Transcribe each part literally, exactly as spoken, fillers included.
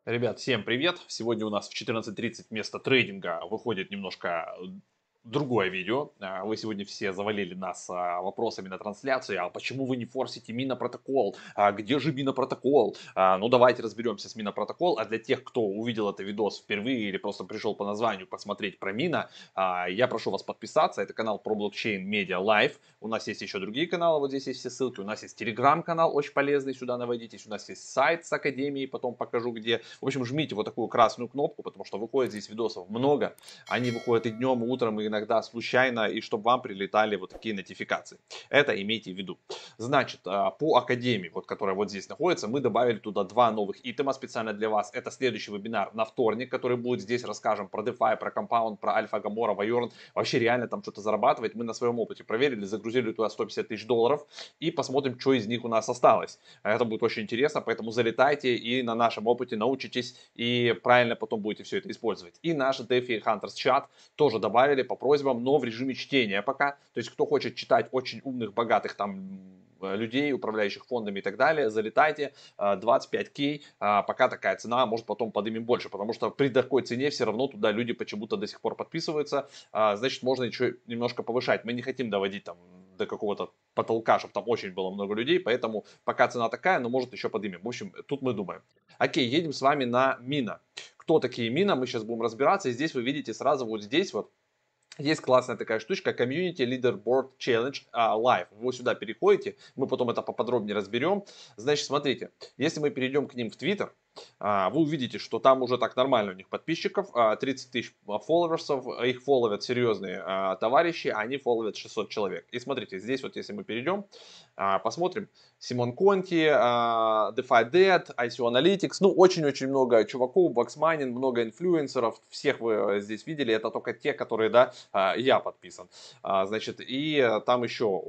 Ребят, всем привет! Сегодня у нас в четырнадцать тридцать вместо трейдинга выходит немножко э, другое видео. А, Вы сегодня все завалили нас а, вопросами на трансляции. А почему вы не форсите Мина протокол? А где же Мина протокол? А, ну давайте разберемся с Мина протокол. А для тех, кто увидел это видос впервые или просто пришел по названию посмотреть про Мина, а, я прошу вас подписаться. Это канал про блокчейн Media Live. У нас есть еще другие каналы, вот здесь есть все ссылки. У нас есть телеграм-канал, очень полезный, сюда наводитесь. У нас есть сайт с академией, потом покажу где. В общем, жмите вот такую красную кнопку, потому что выходит здесь видосов много. Они выходят и днем, и утром, и иногда случайно, и чтобы вам прилетали вот такие нотификации. Это имейте в виду. Значит, а, по академии, вот, которая вот здесь находится, мы добавили туда два новых итема специально для вас. Это следующий вебинар на вторник, который будет здесь, расскажем про DeFi, про Compound, про Альфа Гамора, Вайорн. Вообще реально там что-то зарабатывать. Мы на своем опыте проверили, загрузили туда сто пятьдесят тысяч долларов и посмотрим, что из них у нас осталось. Это будет очень интересно, поэтому залетайте и на нашем опыте научитесь и правильно потом будете все это использовать. И наш DeFi Hunters чат тоже добавили по просьбам, но в режиме чтения пока. То есть, кто хочет читать очень умных, богатых там людей, управляющих фондами и так далее, залетайте, двадцать пять кей, пока такая цена, может потом поднимем больше, потому что при такой цене все равно туда люди почему-то до сих пор подписываются, значит можно еще немножко повышать. Мы не хотим доводить там до какого-то потолка, чтобы там очень было много людей, поэтому пока цена такая, но может еще поднимем. В общем, тут мы думаем. Окей, едем с вами на Мина. Кто такие Мина, мы сейчас будем разбираться, и здесь вы видите сразу вот здесь вот есть классная такая штучка Community Leaderboard Challenge uh, Live. Вы сюда переходите, мы потом это поподробнее разберем. Значит, смотрите, если мы перейдем к ним в Twitter, uh, вы увидите, что там уже так нормально у них подписчиков, uh, тридцать тысяч фолловерсов, их фолловят серьезные uh, товарищи, они фолловят шестьсот человек. И смотрите, здесь вот если мы перейдем, uh, посмотрим, Симон Конти, uh, DeFi Dead, ай си о Analytics, ну очень-очень много чуваков, Баксманин, много инфлюенсеров, всех вы здесь видели, это только те, которые, да, я подписан. Значит, и там еще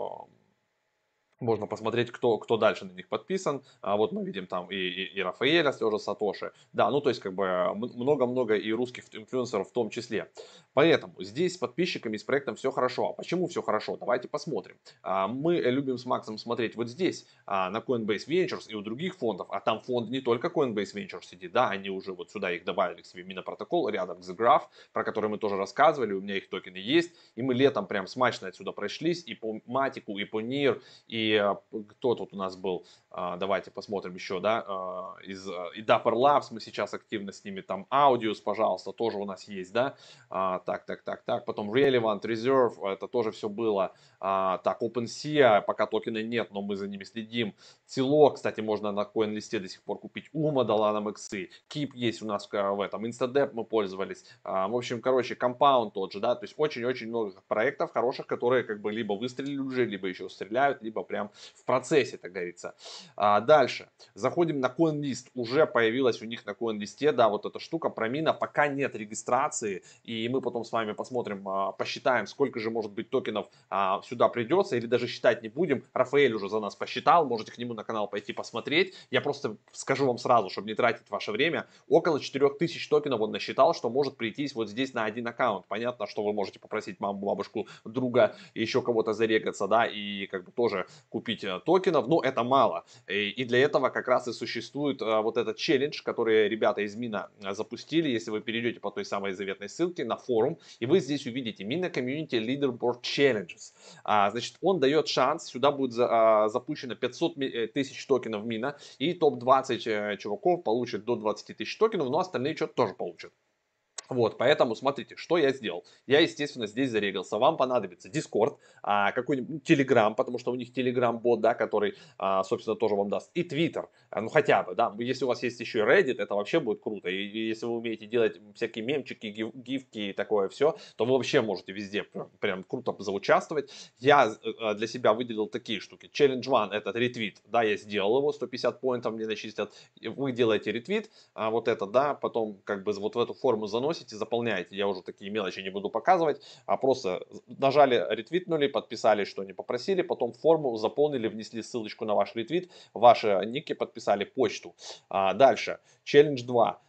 можно посмотреть, кто, кто дальше на них подписан. А вот мы видим там и, и, и Рафаэля, тоже Сатоши. Да, ну то есть как бы много-много и русских инфлюенсеров в том числе. Поэтому здесь с подписчиками, с проектом все хорошо. А почему все хорошо? Давайте посмотрим. А, мы любим с Максом смотреть вот здесь а, на Coinbase Ventures и у других фондов. А там фонд не только Coinbase Ventures сидит, да, они уже вот сюда их добавили к себе Минопротокол рядом с Graph, про который мы тоже рассказывали. У меня их токены есть. И мы летом прям смачно отсюда прошлись и по Матику, и по нир, и И кто тут у нас был, давайте посмотрим еще, да, из и Dapper Labs, мы сейчас активно с ними, там Audius, пожалуйста, тоже у нас есть, да, так, так, так, так, потом Relevant, Reserve, это тоже все было, так, OpenSea, пока токены нет, но мы за ними следим, Тило, кстати, можно на CoinList'е до сих пор купить, Ума дала нам иксы, Keep есть у нас в этом, InstaDepp мы пользовались, в общем, короче, Compound тот же, да, то есть очень-очень много проектов хороших, которые как бы либо выстрелили уже, либо еще стреляют, либо прям в процессе, так говорится. А, дальше. Заходим на CoinList. Уже появилась у них на CoinList'е, да, вот эта штука про Мина. Пока нет регистрации, и мы потом с вами посмотрим, а, посчитаем, сколько же может быть токенов а, сюда придется, или даже считать не будем. Рафаэль уже за нас посчитал, можете к нему на канал пойти посмотреть. Я просто скажу вам сразу, чтобы не тратить ваше время. Около четырех тысяч токенов он насчитал, что может прийтись вот здесь на один аккаунт. Понятно, что вы можете попросить маму, бабушку, друга, еще кого-то зарегаться, да, и как бы тоже купить токенов, но это мало. И для этого как раз и существует вот этот челлендж, который ребята из Мина запустили. Если вы перейдете по той самой заветной ссылке на форум, и вы здесь увидите Mina Community Leaderboard Challenges. Значит, он дает шанс, сюда будет запущено пятьсот тысяч токенов Мина, и топ двадцать чуваков получат до двадцати тысяч токенов, но остальные что-то тоже получат. Вот, поэтому смотрите, что я сделал. Я, естественно, здесь зарегался. Вам понадобится Discord, а, какой-нибудь Telegram, потому что у них Telegram-бот, да, который, а, собственно, тоже вам даст. И Twitter, а, ну хотя бы, да. Если у вас есть еще и Reddit, это вообще будет круто. И, и если вы умеете делать всякие мемчики, гиф, гифки и такое все, то вы вообще можете везде прям, прям круто заучаствовать. Я а, для себя выделил такие штуки. Challenge One, этот ретвит, да, я сделал его, сто пятьдесят поинтов мне начислят. Вы делаете ретвит, а, вот это, да, потом как бы вот в эту форму заносите, заполняете, я уже такие мелочи не буду показывать, а просто нажали, ретвитнули, подписали, что не попросили, потом форму заполнили, внесли ссылочку на ваш ретвит, ваши ники подписали почту. А, дальше, челлендж два.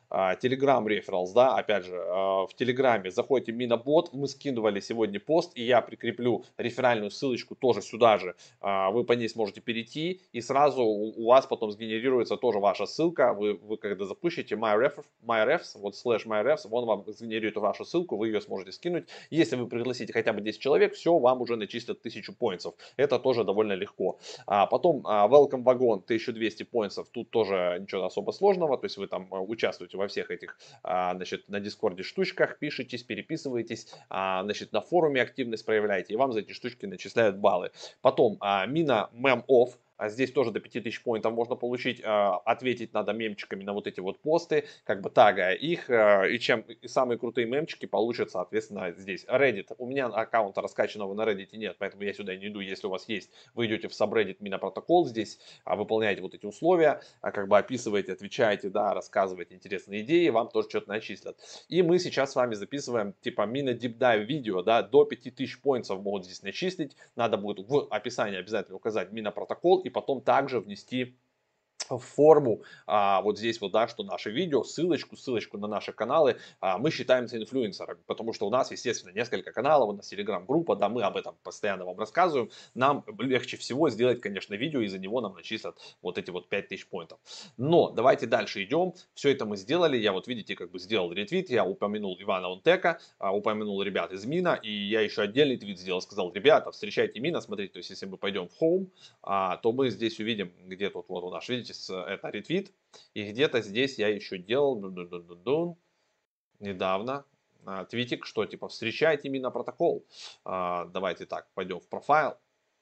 а, Telegram Referrals, да, опять же, а, в Телеграме заходите в Минобот, мы скидывали сегодня пост, и я прикреплю реферальную ссылочку тоже сюда же, а, вы по ней сможете перейти, и сразу у, у вас потом сгенерируется тоже ваша ссылка, вы, вы когда запустите MyRef, MyRefs, вот слэш MyRefs, он вам сгенерирует вашу ссылку, вы ее сможете скинуть, если вы пригласите хотя бы десять человек, все, вам уже начислят тысячу поинтов, это тоже довольно легко. А потом а, Welcome Wagon тысяча двести поинтов, тут тоже ничего особо сложного, то есть вы там а, участвуете во всех этих, а, значит, на Дискорде штучках, пишетесь, переписываетесь, а, значит, на форуме активность проявляете, и вам за эти штучки начисляют баллы. Потом а, Mina Mem Off, а здесь тоже до пяти тысяч поинтов можно получить. А, ответить надо мемчиками на вот эти вот посты, как бы тагая их. А, и чем и самые крутые мемчики получат, соответственно, здесь. Reddit. У меня аккаунта раскачанного на Reddit нет, поэтому я сюда не иду. Если у вас есть, вы идете в subreddit Mina Protocol здесь, а, выполняете вот эти условия, а, как бы описываете, отвечаете, да, рассказываете интересные идеи, вам тоже что-то начислят. И мы сейчас с вами записываем типа Mina Deep Dive видео, да, до пяти тысяч поинтов могут здесь начислить. Надо будет в описании обязательно указать Mina Protocol и потом также внести в форму, а, вот здесь вот, да, что наше видео, ссылочку, ссылочку на наши каналы, а, мы считаемся инфлюенсерами, потому что у нас, естественно, несколько каналов, у нас телеграм-группа, да, мы об этом постоянно вам рассказываем, нам легче всего сделать, конечно, видео, и за него нам начислят вот эти вот пять тысяч поинтов. Но давайте дальше идем, все это мы сделали, я вот, видите, как бы сделал ретвит, я упомянул Ивана Онтека, а, упомянул ребят из Мина, и я еще отдельный твит сделал, сказал, ребята, встречайте Мина, смотрите, то есть если мы пойдем в Home, а, то мы здесь увидим, где тут вот у нас, видите, это ретвит, и где-то здесь я еще делал недавно а, твитик, что типа встречайте Mina Protocol. А, давайте так, пойдем в профайл.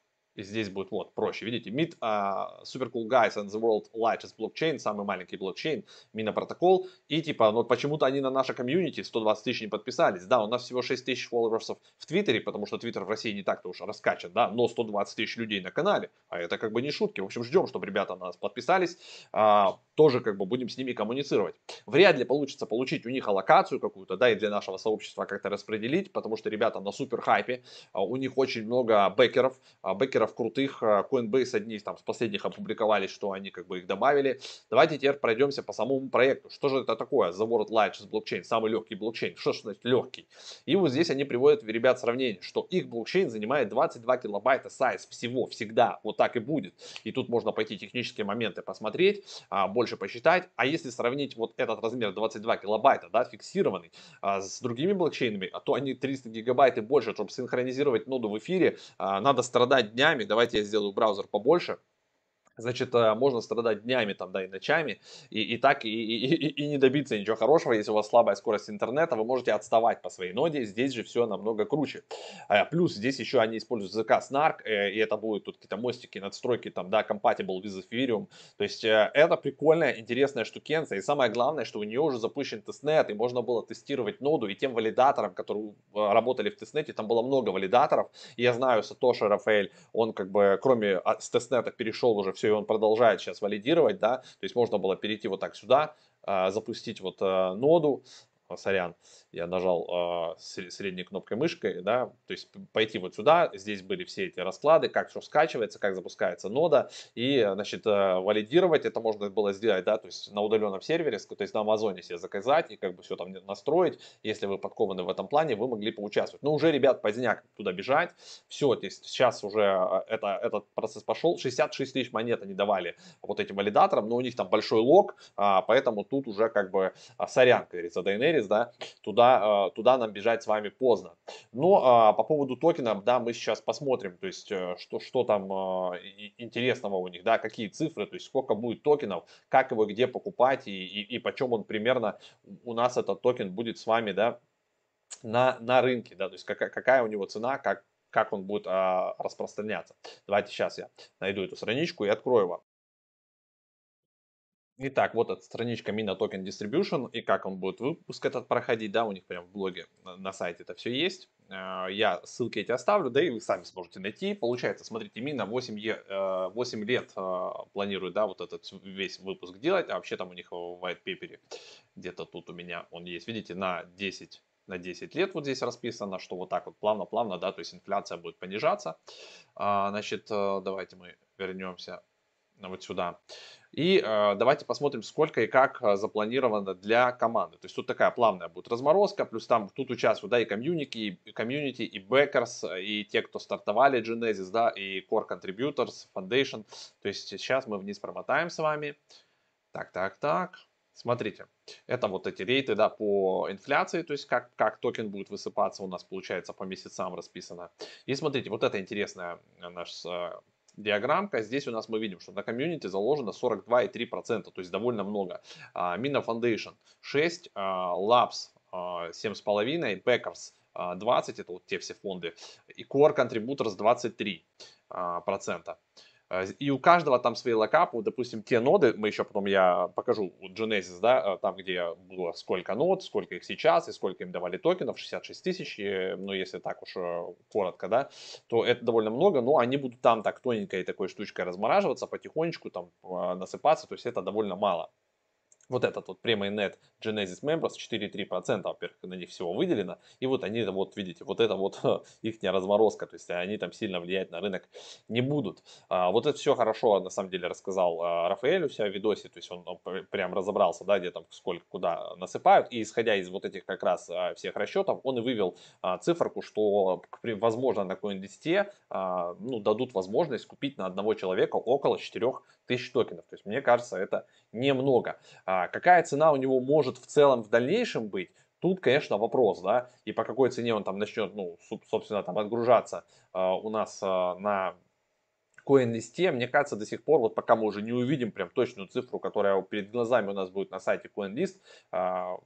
И здесь будет вот проще. Видите, Meet uh, Super Cool Guys and the World Largest Blockchain, самый маленький блокчейн, Mina Protocol. И типа, ну почему-то они на наше комьюнити сто двадцать тысяч не подписались. Да, у нас всего шесть тысяч фолловерсов в Твиттере, потому что Твиттер в России не так-то уж раскачан, да, но сто двадцать тысяч людей на канале. А это как бы не шутки. В общем, ждем, чтобы ребята на нас подписались. А, тоже как бы будем с ними коммуницировать. Вряд ли получится получить у них аллокацию какую-то, да, и для нашего сообщества как-то распределить, потому что ребята на супер хайпе. А, у них очень много бэкеров, а, бэкеров крутых, Coinbase одни из там с последних опубликовали, что они как бы их добавили. Давайте теперь пройдемся по самому проекту. Что же это такое? The World Largest Blockchain, самый легкий блокчейн. Что же значит легкий? И вот здесь они приводят, ребят, сравнение, что их блокчейн занимает двадцать два килобайта сайз всего, всегда. Вот так и будет. И тут можно пойти технические моменты посмотреть, больше посчитать. А если сравнить вот этот размер двадцать два килобайта, да, фиксированный, с другими блокчейнами, а то они триста гигабайт и больше, чтобы синхронизировать ноду в эфире, надо страдать днями. Давайте я сделаю браузер побольше. Значит, можно страдать днями там, да, и ночами, и, и так, и, и, и, и не добиться ничего хорошего, если у вас слабая скорость интернета, вы можете отставать по своей ноде, здесь же все намного круче. А, плюс здесь еще они используют язык снарк, э, и это будут тут какие-то мостики, надстройки, там, да, compatible with Ethereum, то есть э, это прикольная, интересная штукенция, и самое главное, что у нее уже запущен тестнет, и можно было тестировать ноду, и тем валидаторам, которые э, работали в тестнете, там было много валидаторов, и я знаю, Сатоши Рафаэль, он как бы, кроме с тестнета перешел уже все, и он продолжает сейчас валидировать, да, то есть можно было перейти вот так сюда, запустить вот ноду, сорян, я нажал э, средней кнопкой мышкой, да, то есть пойти вот сюда, здесь были все эти расклады, как все скачивается, как запускается нода, и, значит, э, валидировать это можно было сделать, да, то есть на удаленном сервере, то есть на Амазоне себе заказать и как бы все там настроить, если вы подкованы в этом плане, вы могли поучаствовать. Но уже, ребят, поздняк туда бежать, все, то есть сейчас уже это, этот процесс пошел, шестьдесят шесть тысяч монет они давали вот этим валидаторам, но у них там большой лог, а, поэтому тут уже как бы сорян, как говорится, Дейнерис, да, туда, туда нам бежать с вами поздно. Но по поводу токенов, да, мы сейчас посмотрим, то есть, что, что там интересного у них, да, какие цифры, то есть, сколько будет токенов, как его где покупать и, и, и почем он примерно у нас этот токен будет с вами, да, на, на рынке, да, то есть, какая, какая у него цена, как, как он будет а, распространяться. Давайте сейчас я найду эту страничку и открою вам. Итак, вот эта страничка Mina Token Distribution и как он будет выпуск этот проходить, да, у них прям в блоге на, на сайте это все есть. Э, Я ссылки эти оставлю, да, и вы сами сможете найти. Получается, смотрите, Mina восемь, е- э, восемь лет э, планирует, да, вот этот весь выпуск делать, а вообще там у них в white paper где-то тут у меня он есть, видите, на десять на десять лет вот здесь расписано, что вот так вот плавно-плавно, да, то есть инфляция будет понижаться. А, значит, э, давайте мы вернемся вот сюда. И э, давайте посмотрим, сколько и как э, запланировано для команды. То есть тут такая плавная будет разморозка, плюс там тут участвуют, да, и комьюнити, и комьюнити, и бэкерс, и те, кто стартовали Genesis, да, и Core Contributors, Foundation. То есть сейчас мы вниз промотаем с вами. Так, так, так. Смотрите, это вот эти рейты, да, по инфляции, то есть как, как токен будет высыпаться у нас, получается, по месяцам расписано. И смотрите, вот это интересная э, наша диаграммка. Здесь у нас мы видим, что на комьюнити заложено сорок два и три десятых процента, то есть довольно много. А, Mina Foundation шесть, а, Labs а, семь с половиной, Backers а, двадцать, это вот те все фонды, и Core Contributors двадцать три а, процента. А, И у каждого там свои локапы, вот, допустим, те ноды, мы еще потом я покажу, вот Genesis, да, а, там, где было сколько нод, сколько их сейчас, и сколько им давали токенов, шестьдесят шесть тысяч, и, ну, если так уж э, коротко, да, то это довольно много, но они будут там так тоненькой такой штучкой размораживаться, потихонечку там а, насыпаться, то есть это довольно мало. Вот этот вот Premo.net Genesis Members четыре и три процента, во-первых, на них всего выделено. И вот они, вот видите, вот это вот их разморозка, то есть они там сильно влиять на рынок не будут. А, вот это все хорошо, на самом деле, рассказал а, Рафаэль у себя в видосе, то есть он, он прям разобрался, да, где там сколько, куда насыпают. И исходя из вот этих как раз а, всех расчетов, он и вывел а, циферку, что, при, возможно, на CoinList а, ну, дадут возможность купить на одного человека около четырёх тысяч токенов. То есть, мне кажется, это немного. А какая цена у него может в целом в дальнейшем быть? Тут, конечно, вопрос, да, и по какой цене он там начнет, ну, собственно, там отгружаться а, у нас а, на CoinList. Мне кажется, до сих пор, вот пока мы уже не увидим прям точную цифру, которая перед глазами у нас будет на сайте CoinList, а,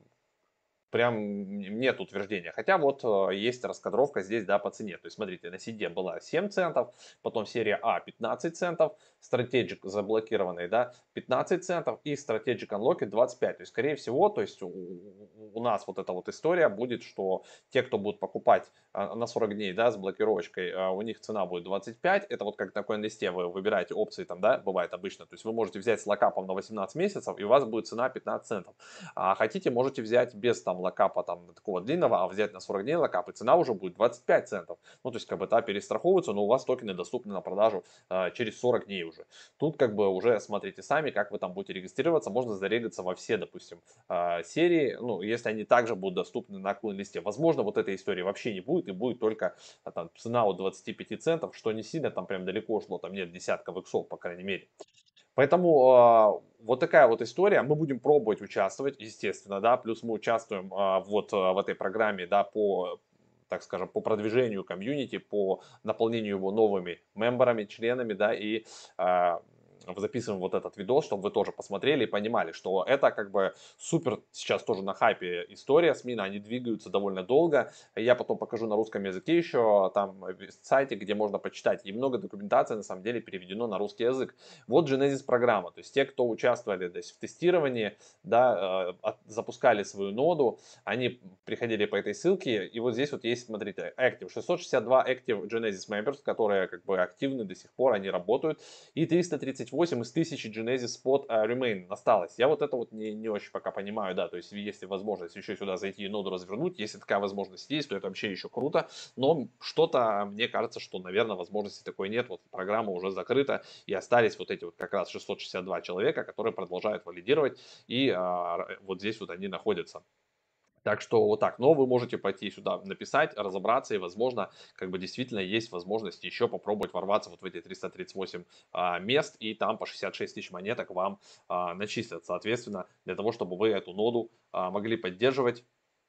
прям нет утверждения. Хотя вот э, есть раскадровка здесь, да, по цене. То есть, смотрите, на сиде была семь центов, потом серия А пятнадцать центов, Strategic заблокированный, да, пятнадцать центов и Strategic Unlocked двадцать пять. То есть, скорее всего, то есть у, у нас вот эта вот история будет, что те, кто будут покупать а, на сорок дней, да, с блокировочкой, а, у них цена будет двадцать пять. Это вот как на CoinList вы выбираете опции там, да, бывает обычно. То есть, вы можете взять с локапом на восемнадцать месяцев, и у вас будет цена пятнадцать центов. А хотите, можете взять без там локапа там такого длинного, а взять на сорок дней локап, и цена уже будет двадцать пять центов. Ну, то есть, как бы, да, перестраховываются, но у вас токены доступны на продажу э, через сорок дней уже. Тут, как бы, уже смотрите сами, как вы там будете регистрироваться. Можно зарегаться во все, допустим, э, серии, ну, если они также будут доступны на CoinList. Возможно, вот этой истории вообще не будет, и будет только а, там цена от двадцати пяти центов, что не сильно там прям далеко ушло, там нет десятков иксов, по крайней мере. Поэтому а, вот такая вот история. Мы будем пробовать участвовать, естественно, да. Плюс мы участвуем а, вот а, в этой программе, да, по, так скажем, по продвижению комьюнити, по наполнению его новыми мемберами, членами, да, и а, записываем вот этот видос, чтобы вы тоже посмотрели и понимали, что это как бы супер сейчас тоже на хайпе история с Мина, они двигаются довольно долго. Я потом покажу на русском языке еще, там сайте, где можно почитать. И много документации на самом деле переведено на русский язык. Вот Genesis программа, то есть те, кто участвовали то есть, в тестировании, да, э, запускали свою ноду, они приходили по этой ссылке, и вот здесь вот есть, смотрите, Active, шестьсот шестьдесят два Active Genesis Members, которые как бы активны до сих пор, они работают, и триста тридцать восемь из тысячи Genesis Spot uh, Remain осталось. Я вот это вот не, не очень пока понимаю, да, то есть если возможность еще сюда зайти и ноду развернуть, если такая возможность есть, то это вообще еще круто, но что-то, мне кажется, что, наверное, возможности такой нет, вот программа уже закрыта, и остались вот эти вот как раз шестьсот шестьдесят два человека, которые продолжают валидировать, и а, вот здесь вот они находятся. Так что вот так. Но вы можете пойти сюда написать, разобраться, и, возможно, как бы действительно есть возможность еще попробовать ворваться вот в эти триста тридцать восемь а, мест, и там по шестьдесят шесть тысяч монеток вам а, начислят. Соответственно, для того, чтобы вы эту ноду а, могли поддерживать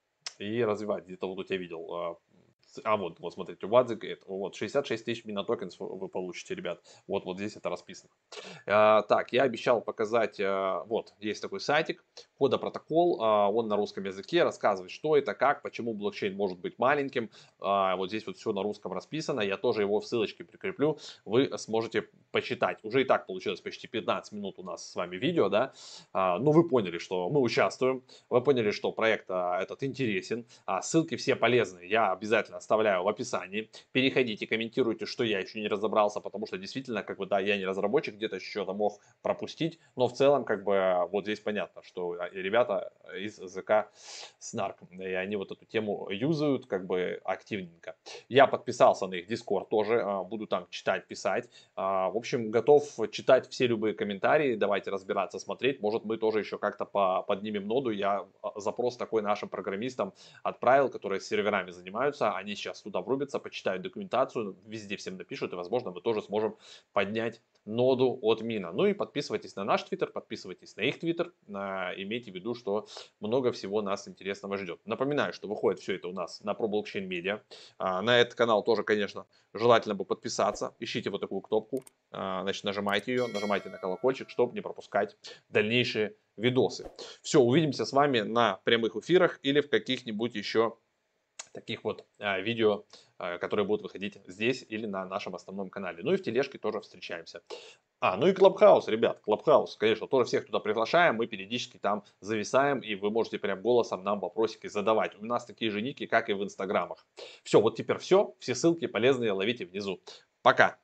и развивать. Где-то вот у тебя видел. А, а вот, вот смотрите, Wadzig, вот шестьдесят шесть тысяч минотокенов вы получите, ребят. Вот, вот здесь это расписано. А, так, я обещал показать, а, вот, есть такой сайтик, кода протокол, а, он на русском языке, рассказывает, что это, как, почему блокчейн может быть маленьким. А, вот здесь вот все на русском расписано, я тоже его в ссылочке прикреплю, вы сможете почитать. Уже и так получилось почти пятнадцать минут у нас с вами видео, да, а, ну вы поняли, что мы участвуем, вы поняли, что проект а, этот интересен, а, ссылки все полезные, я обязательно оставляю в описании. Переходите, комментируйте, что я еще не разобрался, потому что действительно, как бы, да, я не разработчик, где-то что-то мог пропустить, но в целом, как бы, вот здесь понятно, что а, ребята из ЗК Снарк, и они вот эту тему юзают, как бы, активненько. Я подписался на их Discord тоже, а, буду там читать, писать. А, В общем, готов читать все любые комментарии, давайте разбираться, смотреть. Может, мы тоже еще как-то по- поднимем ноду. Я а, запрос такой нашим программистам отправил, которые серверами занимаются. Они сейчас туда врубятся, почитают документацию, везде всем напишут, и, возможно, мы тоже сможем поднять ноду от Мина. Ну и подписывайтесь на наш твиттер, подписывайтесь на их твиттер. а, Имейте в виду, что много всего нас интересного ждет. Напоминаю, что выходит все это у нас на ProBlockchain Media. А, На этот канал тоже, конечно, желательно бы подписаться. Ищите вот такую кнопку, а, значит, нажимайте ее, нажимайте на колокольчик, чтобы не пропускать дальнейшие видосы. Все, увидимся с вами на прямых эфирах или в каких-нибудь еще таких вот а, видео, а, которые будут выходить здесь или на нашем основном канале. Ну и в тележке тоже встречаемся. А, ну и Клабхаус, ребят, Клабхаус, конечно, тоже всех туда приглашаем, мы периодически там зависаем, и вы можете прям голосом нам вопросики задавать. У нас такие же ники, как и в инстаграмах. Все, вот теперь все, все ссылки полезные ловите внизу. Пока!